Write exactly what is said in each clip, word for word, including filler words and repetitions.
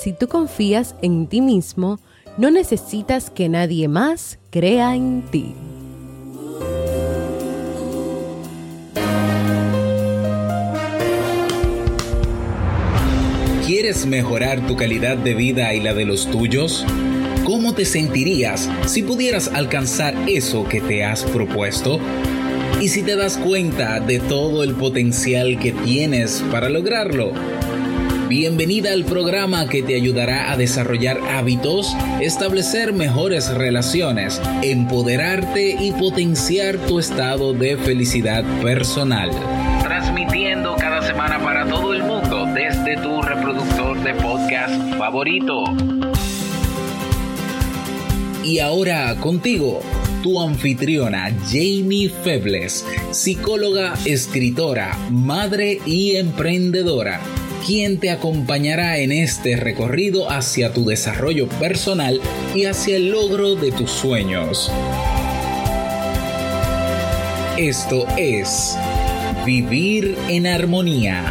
Si tú confías en ti mismo, no necesitas que nadie más crea en ti. ¿Quieres mejorar tu calidad de vida y la de los tuyos? ¿Cómo te sentirías si pudieras alcanzar eso que te has propuesto? ¿Y si te das cuenta de todo el potencial que tienes para lograrlo? Bienvenida al programa que te ayudará a desarrollar hábitos, establecer mejores relaciones, empoderarte y potenciar tu estado de felicidad personal. Transmitiendo cada semana para todo el mundo desde tu reproductor de podcast favorito. Y ahora contigo, tu anfitriona Jamie Febles, psicóloga, escritora, madre y emprendedora, quien te acompañará en este recorrido hacia tu desarrollo personal y hacia el logro de tus sueños. Esto es Vivir en Armonía.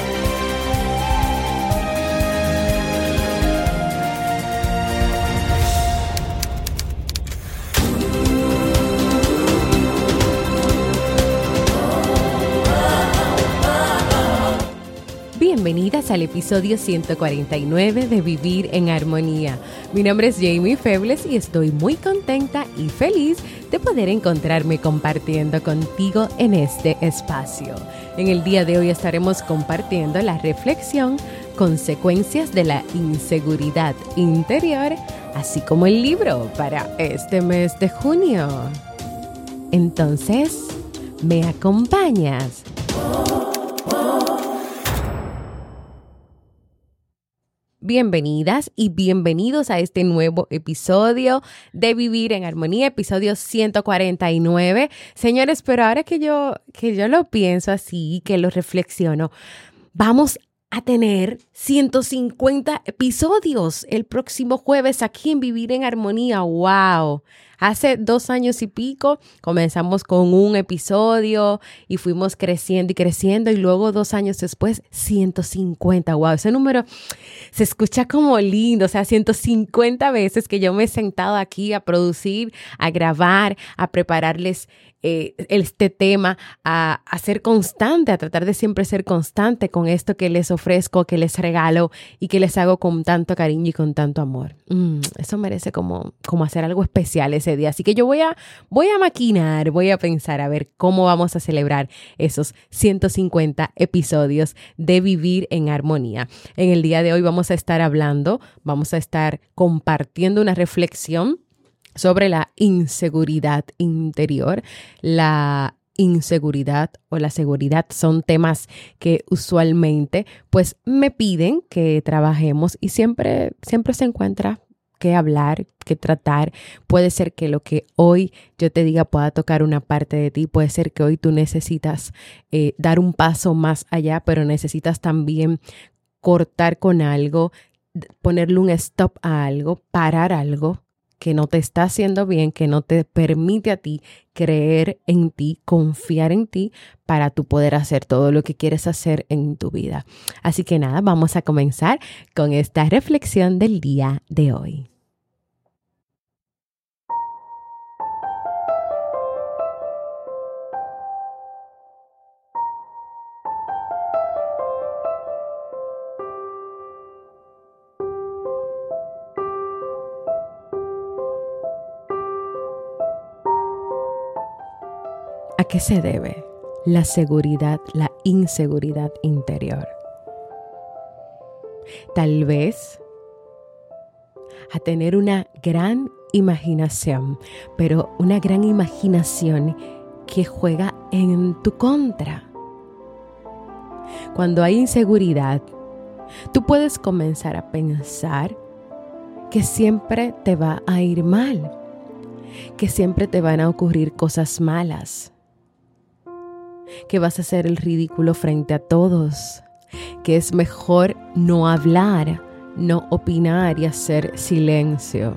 Bienvenidas al episodio ciento cuarenta y nueve de Vivir en Armonía. Mi nombre es Jamie Febles y estoy muy contenta y feliz de poder encontrarme compartiendo contigo en este espacio. En el día de hoy estaremos compartiendo la reflexión Consecuencias de la inseguridad interior, así como el libro para este mes de junio. Entonces, ¿me acompañas? Bienvenidas y bienvenidos a este nuevo episodio de Vivir en Armonía, episodio ciento cuarenta y nueve. Señores, pero ahora que yo, que yo lo pienso así, que lo reflexiono, vamos a tener ciento cincuenta episodios el próximo jueves aquí en Vivir en Armonía. ¡Wow! Hace dos años y pico comenzamos con un episodio y fuimos creciendo y creciendo y luego dos años después ciento cincuenta. ¡Wow! Ese número se escucha como lindo. O sea, ciento cincuenta veces que yo me he sentado aquí a producir, a grabar, a prepararles eh, este tema, a, a ser constante, a tratar de siempre ser constante con esto que les ofrezco, que les regalo y que les hago con tanto cariño y con tanto amor. Mm, eso merece como, como hacer algo especial ese día. Así que yo voy a, voy a maquinar, voy a pensar a ver cómo vamos a celebrar esos ciento cincuenta episodios de Vivir en Armonía. En el día de hoy vamos a estar hablando, vamos a estar compartiendo una reflexión sobre la inseguridad interior. La inseguridad o la seguridad son temas que usualmente pues me piden que trabajemos y siempre, siempre se encuentra que hablar, que tratar. Puede ser que lo que hoy yo te diga pueda tocar una parte de ti, puede ser que hoy tú necesitas eh, dar un paso más allá, pero necesitas también cortar con algo, ponerle un stop a algo, parar algo que no te está haciendo bien, que no te permite a ti creer en ti, confiar en ti para tú poder hacer todo lo que quieres hacer en tu vida. Así que nada, vamos a comenzar con esta reflexión del día de hoy. ¿A qué se debe la seguridad, la inseguridad interior? Tal vez a tener una gran imaginación, pero una gran imaginación que juega en tu contra. Cuando hay inseguridad, tú puedes comenzar a pensar que siempre te va a ir mal, que siempre te van a ocurrir cosas malas, que vas a hacer el ridículo frente a todos, que es mejor no hablar, no opinar y hacer silencio.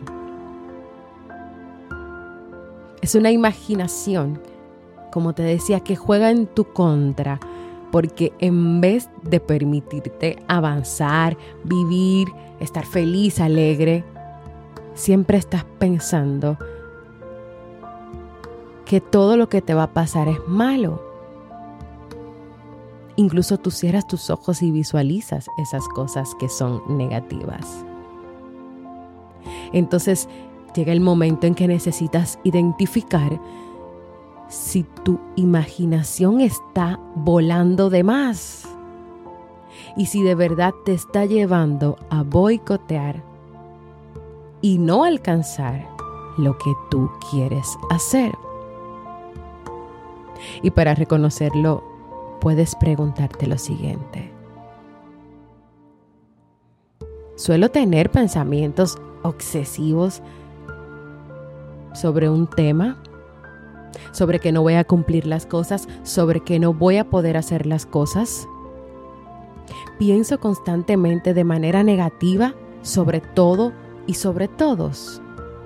Es una imaginación, como te decía, que juega en tu contra porque en vez de permitirte avanzar, vivir, estar feliz, alegre, siempre estás pensando que todo lo que te va a pasar es malo. Incluso tú cierras tus ojos y visualizas esas cosas que son negativas. Entonces llega el momento en que necesitas identificar si tu imaginación está volando de más y si de verdad te está llevando a boicotear y no alcanzar lo que tú quieres hacer. Y para reconocerlo, puedes preguntarte lo siguiente. Suelo tener pensamientos obsesivos sobre un tema, sobre que no voy a cumplir las cosas, sobre que no voy a poder hacer las cosas. Pienso constantemente de manera negativa sobre todo y sobre todos.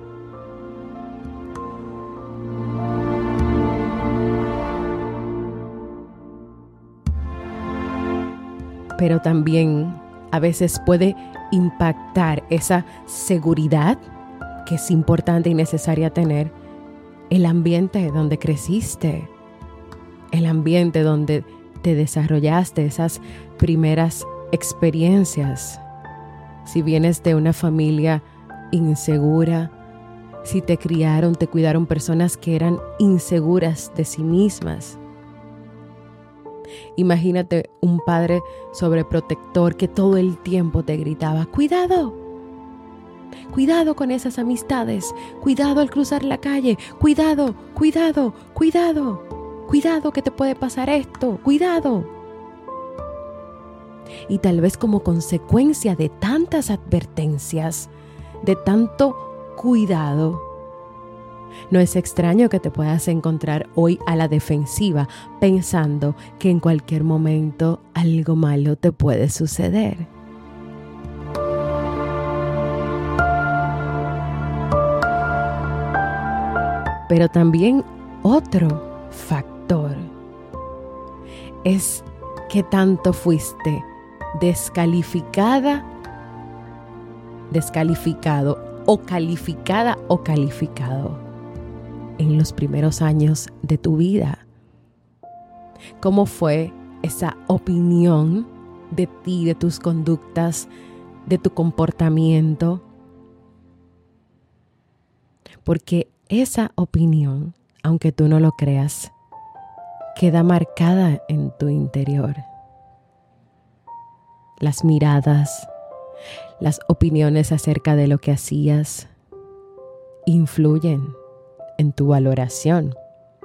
Pero también a veces puede impactar esa seguridad que es importante y necesaria tener, el ambiente donde creciste, el ambiente donde te desarrollaste, esas primeras experiencias. Si vienes de una familia insegura, si te criaron, te cuidaron personas que eran inseguras de sí mismas. Imagínate un padre sobreprotector que todo el tiempo te gritaba, ¡cuidado! Cuidado con esas amistades, cuidado al cruzar la calle, cuidado, cuidado, cuidado, cuidado que te puede pasar esto, cuidado. Y tal vez como consecuencia de tantas advertencias, de tanto cuidado, no es extraño que te puedas encontrar hoy a la defensiva pensando que en cualquier momento algo malo te puede suceder. Pero también otro factor es que tanto fuiste descalificada, descalificado o calificada o calificado en los primeros años de tu vida. ¿Cómo fue esa opinión de ti, de tus conductas, de tu comportamiento? Porque esa opinión, aunque tú no lo creas, queda marcada en tu interior. Las miradas, las opiniones acerca de lo que hacías, influyen en tu valoración.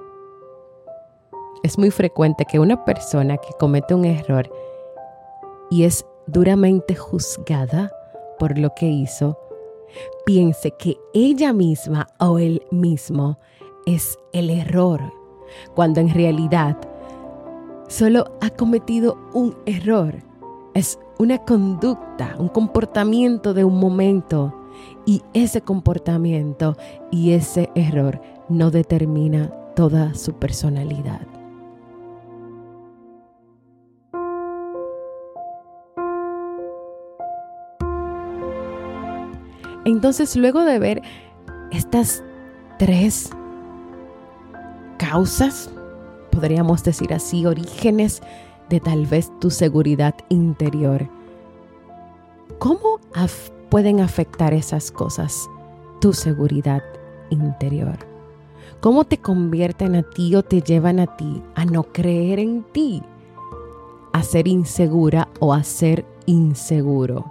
Es muy frecuente que una persona que comete un error y es duramente juzgada por lo que hizo, piense que ella misma o él mismo es el error, cuando en realidad solo ha cometido un error. Es una conducta, un comportamiento de un momento, y ese comportamiento y ese error no determina toda su personalidad. Entonces, luego de ver estas tres causas, podríamos decir así, orígenes de tal vez tu seguridad interior, ¿cómo af- pueden afectar esas cosas tu seguridad interior? ¿Cómo te convierten a ti o te llevan a ti a no creer en ti, a ser insegura o a ser inseguro?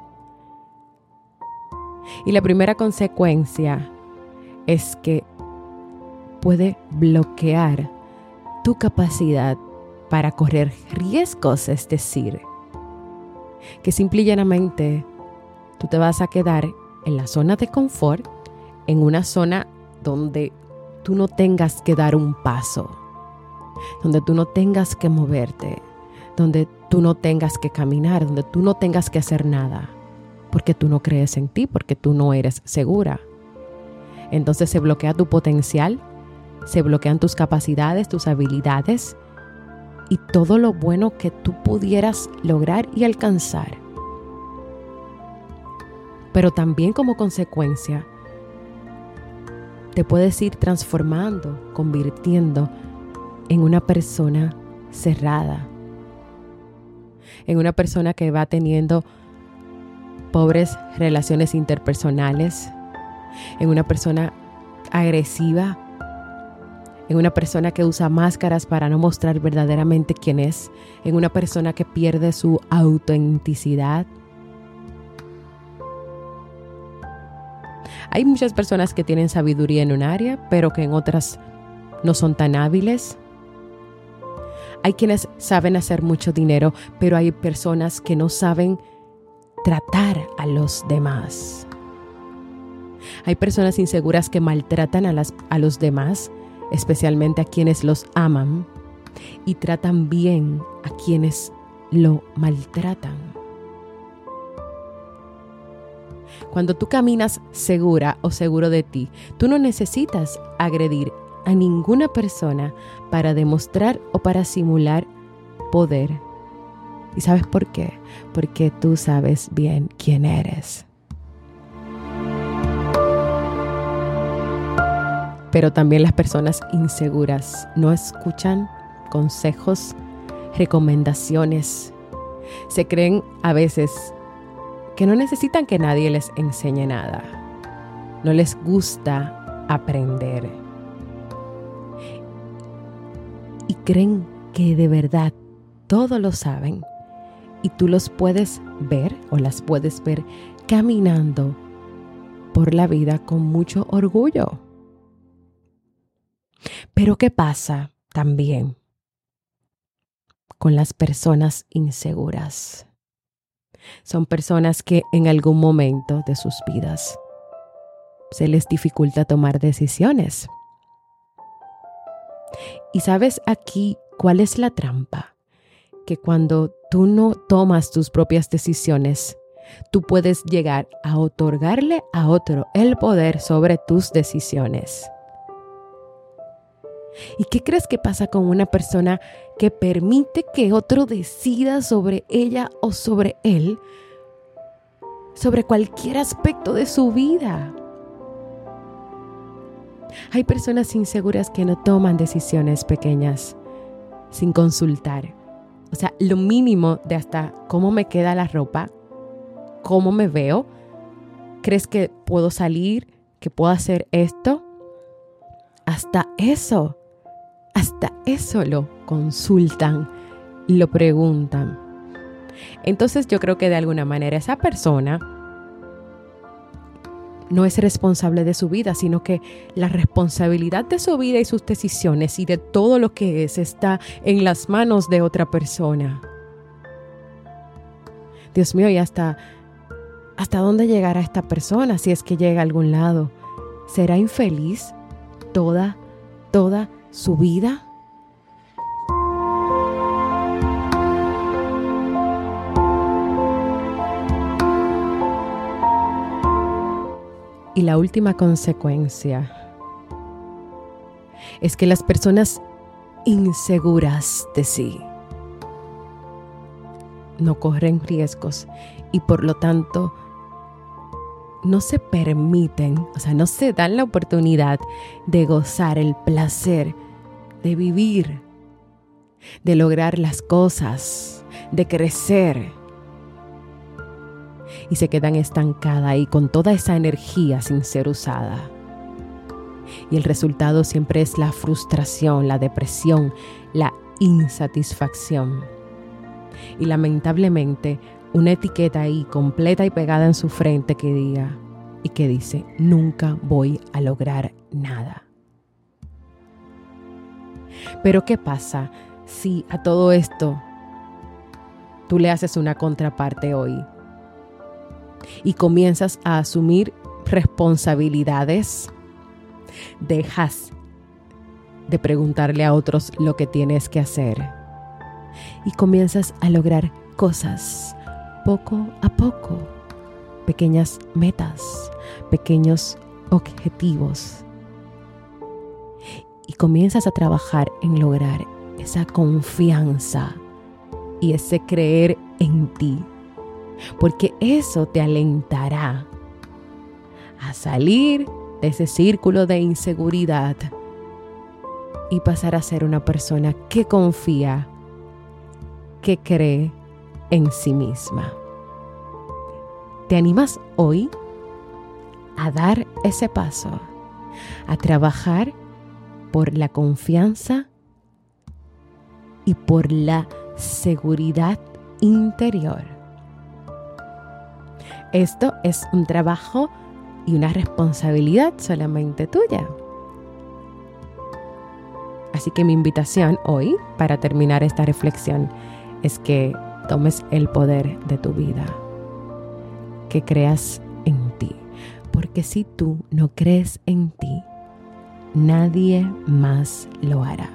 Y la primera consecuencia es que puede bloquear tu capacidad para correr riesgos, es decir, que simple y llanamente tú te vas a quedar en la zona de confort, en una zona donde tú no tengas que dar un paso, donde tú no tengas que moverte, donde tú no tengas que caminar, donde tú no tengas que hacer nada, porque tú no crees en ti, porque tú no eres segura. Entonces se bloquea tu potencial, se bloquean tus capacidades, tus habilidades, y todo lo bueno que tú pudieras lograr y alcanzar. Pero también como consecuencia, te puedes ir transformando, convirtiendo en una persona cerrada, en una persona que va teniendo pobres relaciones interpersonales, en una persona agresiva, en una persona que usa máscaras para no mostrar verdaderamente quién es, en una persona que pierde su autenticidad. Hay muchas personas que tienen sabiduría en un área, pero que en otras no son tan hábiles. Hay quienes saben hacer mucho dinero, pero hay personas que no saben tratar a los demás. Hay personas inseguras que maltratan a, las, a los demás, especialmente a quienes los aman, y tratan bien a quienes lo maltratan. Cuando tú caminas segura o seguro de ti, tú no necesitas agredir a ninguna persona para demostrar o para simular poder. ¿Y sabes por qué? Porque tú sabes bien quién eres. Pero también las personas inseguras no escuchan consejos, recomendaciones. Se creen a veces que no necesitan que nadie les enseñe nada. No les gusta aprender. Y creen que de verdad todo lo saben. Y tú los puedes ver o las puedes ver caminando por la vida con mucho orgullo. Pero ¿qué pasa también con las personas inseguras? Son personas que en algún momento de sus vidas se les dificulta tomar decisiones. Y ¿sabes aquí cuál es la trampa? Que cuando tú no tomas tus propias decisiones, tú puedes llegar a otorgarle a otro el poder sobre tus decisiones. ¿Y qué crees que pasa con una persona que permite que otro decida sobre ella o sobre él, sobre cualquier aspecto de su vida? Hay personas inseguras que no toman decisiones pequeñas sin consultar. O sea, lo mínimo de hasta cómo me queda la ropa, cómo me veo. ¿Crees que puedo salir? ¿Que puedo hacer esto? Hasta eso. Hasta eso lo consultan y lo preguntan. Entonces yo creo que de alguna manera esa persona no es responsable de su vida, sino que la responsabilidad de su vida y sus decisiones y de todo lo que es está en las manos de otra persona. Dios mío, ¿y hasta, hasta dónde llegará esta persona si es que llega a algún lado? ¿Será infeliz toda, toda su vida? Y la última consecuencia es que las personas inseguras de sí no corren riesgos y por lo tanto no se permiten, o sea, no se dan la oportunidad de gozar el placer de vivir, de lograr las cosas, de crecer. Y se quedan estancadas ahí con toda esa energía sin ser usada. Y el resultado siempre es la frustración, la depresión, la insatisfacción. Y lamentablemente una etiqueta ahí completa y pegada en su frente que diga y que dice: nunca voy a lograr nada. Pero ¿qué pasa si a todo esto tú le haces una contraparte hoy? Y comienzas a asumir responsabilidades, dejas de preguntarle a otros lo que tienes que hacer y comienzas a lograr cosas poco a poco, pequeñas metas, pequeños objetivos, y comienzas a trabajar en lograr esa confianza y ese creer en ti, porque eso te alentará a salir de ese círculo de inseguridad y pasar a ser una persona que confía, que cree en sí misma. ¿Te animas hoy a dar ese paso, a trabajar por la confianza y por la seguridad interior? Esto es un trabajo y una responsabilidad solamente tuya. Así que mi invitación hoy, para terminar esta reflexión, es que tomes el poder de tu vida, que creas en ti. Porque si tú no crees en ti, nadie más lo hará.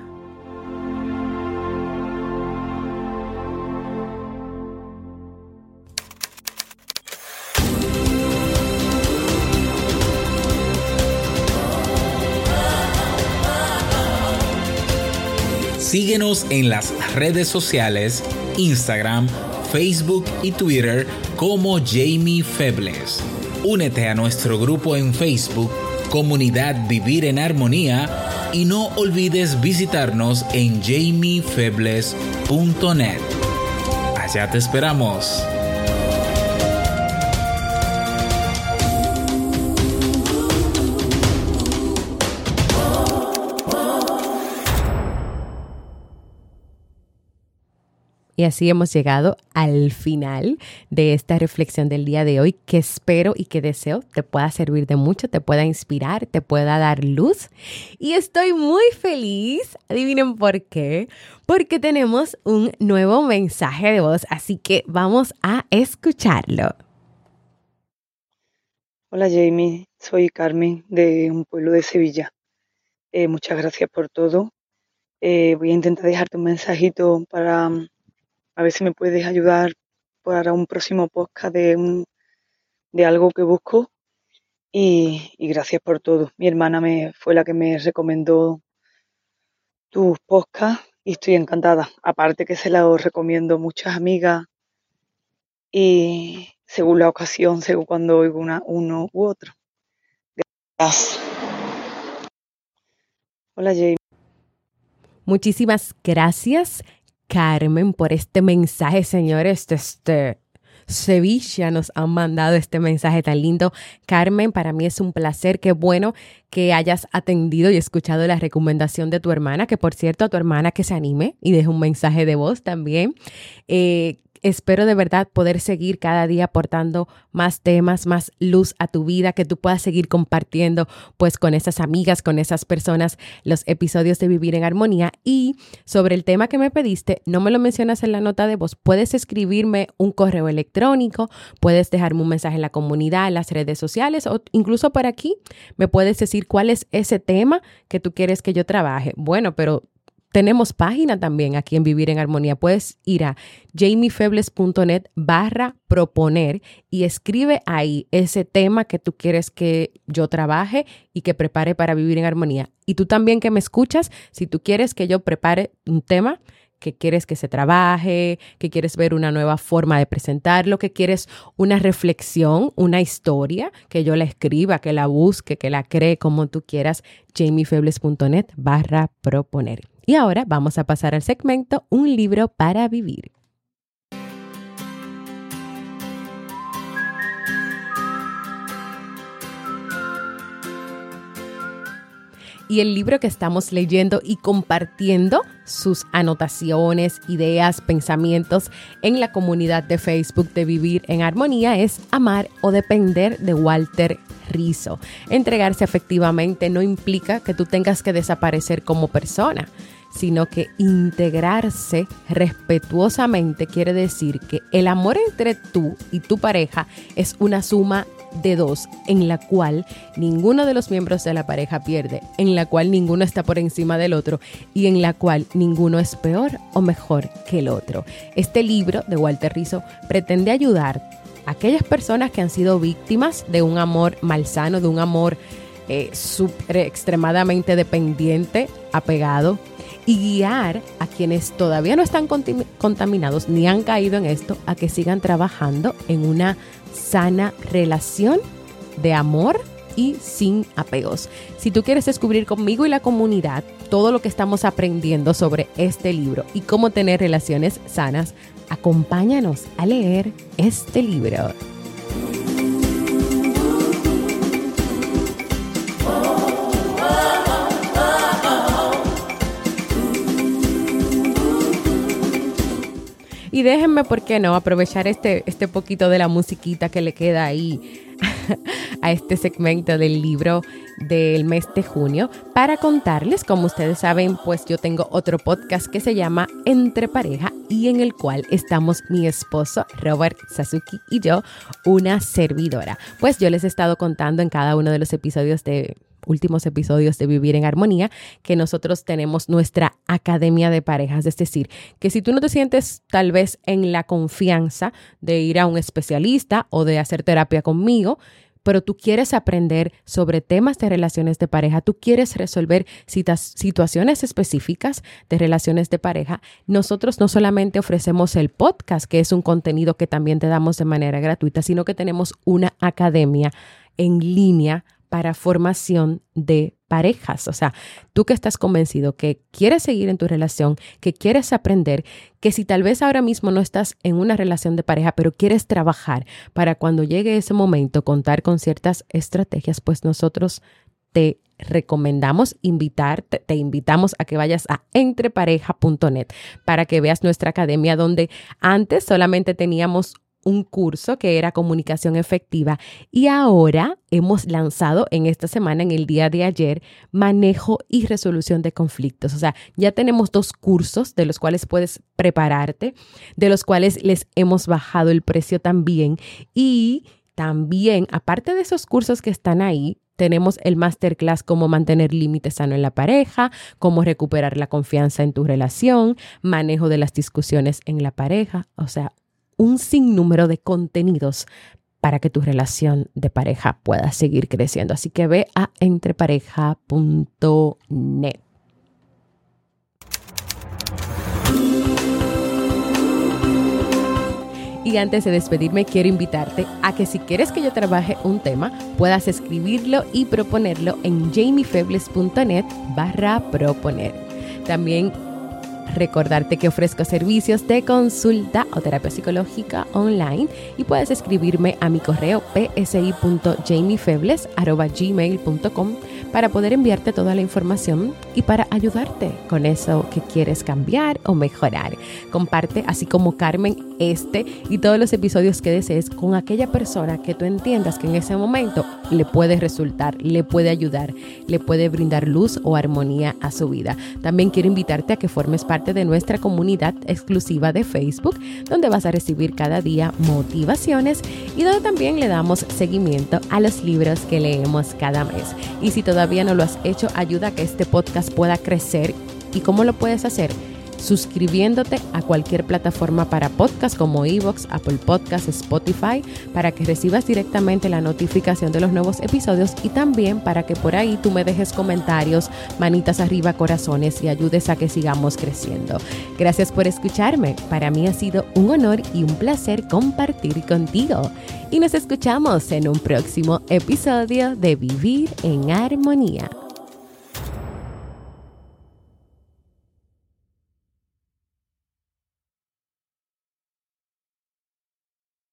Síguenos en las redes sociales, Instagram, Facebook y Twitter como Jamie Febles. Únete a nuestro grupo en Facebook, Comunidad Vivir en Armonía, y no olvides visitarnos en jamie febles punto net. Allá te esperamos. Y así hemos llegado al final de esta reflexión del día de hoy, que espero y que deseo te pueda servir de mucho, te pueda inspirar, te pueda dar luz. Y estoy muy feliz, adivinen por qué, porque tenemos un nuevo mensaje de voz, así que vamos a escucharlo. Hola Jamie, soy Carmen de un pueblo de Sevilla. Eh, muchas gracias por todo. Eh, voy a intentar dejarte un mensajito para... A ver si me puedes ayudar para un próximo podcast de, un, de algo que busco. Y, y gracias por todo. Mi hermana me fue la que me recomendó tus podcasts y estoy encantada. Aparte que se los recomiendo a muchas amigas y según la ocasión, según cuando oigo una, uno u otro. Gracias. Hola Jamie. Muchísimas gracias, Carmen, por este mensaje, señores. Desde Sevilla nos han mandado este mensaje tan lindo. Carmen, para mí es un placer. Qué bueno que hayas atendido y escuchado la recomendación de tu hermana, que por cierto, a tu hermana que se anime y deje un mensaje de voz también. Eh, Espero de verdad poder seguir cada día aportando más temas, más luz a tu vida, que tú puedas seguir compartiendo pues con esas amigas, con esas personas, los episodios de Vivir en Armonía. Y sobre el tema que me pediste, no me lo mencionas en la nota de voz, puedes escribirme un correo electrónico, puedes dejarme un mensaje en la comunidad, en las redes sociales o incluso por aquí me puedes decir cuál es ese tema que tú quieres que yo trabaje. Bueno, pero tenemos página también aquí en Vivir en Armonía. Puedes ir a jamiefebles.net barra proponer y escribe ahí ese tema que tú quieres que yo trabaje y que prepare para Vivir en Armonía. Y tú también que me escuchas, si tú quieres que yo prepare un tema que quieres que se trabaje, que quieres ver una nueva forma de presentarlo, que quieres una reflexión, una historia, que yo la escriba, que la busque, que la cree como tú quieras, jamiefebles.net barra proponer. Y ahora vamos a pasar al segmento Un libro para vivir. Y el libro que estamos leyendo y compartiendo sus anotaciones, ideas, pensamientos en la comunidad de Facebook de Vivir en Armonía es Amar o Depender de Walter Rizzo. Entregarse efectivamente no implica que tú tengas que desaparecer como persona, sino que integrarse respetuosamente quiere decir que el amor entre tú y tu pareja es una suma de dos, en la cual ninguno de los miembros de la pareja pierde, en la cual ninguno está por encima del otro y en la cual ninguno es peor o mejor que el otro. Este libro de Walter Rizzo pretende ayudar a aquellas personas que han sido víctimas de un amor malsano, de un amor eh, super, extremadamente dependiente, apegado, y guiar a quienes todavía no están contim- contaminados ni han caído en esto a que sigan trabajando en una sana relación de amor y sin apegos. Si tú quieres descubrir conmigo y la comunidad todo lo que estamos aprendiendo sobre este libro y cómo tener relaciones sanas, acompáñanos a leer este libro. Y déjenme, ¿por qué no?, aprovechar este, este poquito de la musiquita que le queda ahí a este segmento del libro del mes de junio para contarles, como ustedes saben, pues yo tengo otro podcast que se llama Entre Pareja y en el cual estamos mi esposo Robert Sasuki y yo, una servidora. Pues yo les he estado contando en cada uno de los episodios de últimos episodios de Vivir en Armonía, que nosotros tenemos nuestra academia de parejas, es decir, que si tú no te sientes tal vez en la confianza de ir a un especialista o de hacer terapia conmigo, pero tú quieres aprender sobre temas de relaciones de pareja, tú quieres resolver citas, situaciones específicas de relaciones de pareja, nosotros no solamente ofrecemos el podcast, que es un contenido que también te damos de manera gratuita, sino que tenemos una academia en línea para formación de parejas. O sea, tú que estás convencido que quieres seguir en tu relación, que quieres aprender, que si tal vez ahora mismo no estás en una relación de pareja, pero quieres trabajar para cuando llegue ese momento contar con ciertas estrategias, pues nosotros te recomendamos invitarte, te invitamos a que vayas a entrepareja punto net para que veas nuestra academia, donde antes solamente teníamos un curso que era comunicación efectiva y ahora hemos lanzado en esta semana, en el día de ayer, manejo y resolución de conflictos. O sea, ya tenemos dos cursos de los cuales puedes prepararte, de los cuales les hemos bajado el precio también. Y también, aparte de esos cursos que están ahí, tenemos el masterclass cómo mantener límites sanos en la pareja, cómo recuperar la confianza en tu relación, manejo de las discusiones en la pareja. O sea, un sinnúmero de contenidos para que tu relación de pareja pueda seguir creciendo. Así que ve a entrepareja punto net. Y antes de despedirme, quiero invitarte a que si quieres que yo trabaje un tema, puedas escribirlo y proponerlo en jamiefebles punto net barra proponer. También recordarte que ofrezco servicios de consulta o terapia psicológica online y puedes escribirme a mi correo p s i punto jamiefebles arroba gmail punto com para poder enviarte toda la información y para ayudarte con eso que quieres cambiar o mejorar. Comparte, así como Carmen, este y todos los episodios que desees con aquella persona que tú entiendas que en ese momento le puede resultar, le puede ayudar, le puede brindar luz o armonía a su vida. También quiero invitarte a que formes parte de nuestra comunidad exclusiva de Facebook, donde vas a recibir cada día motivaciones y donde también le damos seguimiento a los libros que leemos cada mes. Y si todavía no lo has hecho, ayuda a que este podcast pueda crecer. ¿Y cómo lo puedes hacer? Suscribiéndote a cualquier plataforma para podcast como iVoox, Apple Podcasts, Spotify, para que recibas directamente la notificación de los nuevos episodios y también para que por ahí tú me dejes comentarios, manitas arriba, corazones y ayudes a que sigamos creciendo. Gracias por escucharme. Para mí ha sido un honor y un placer compartir contigo. Y nos escuchamos en un próximo episodio de Vivir en Armonía.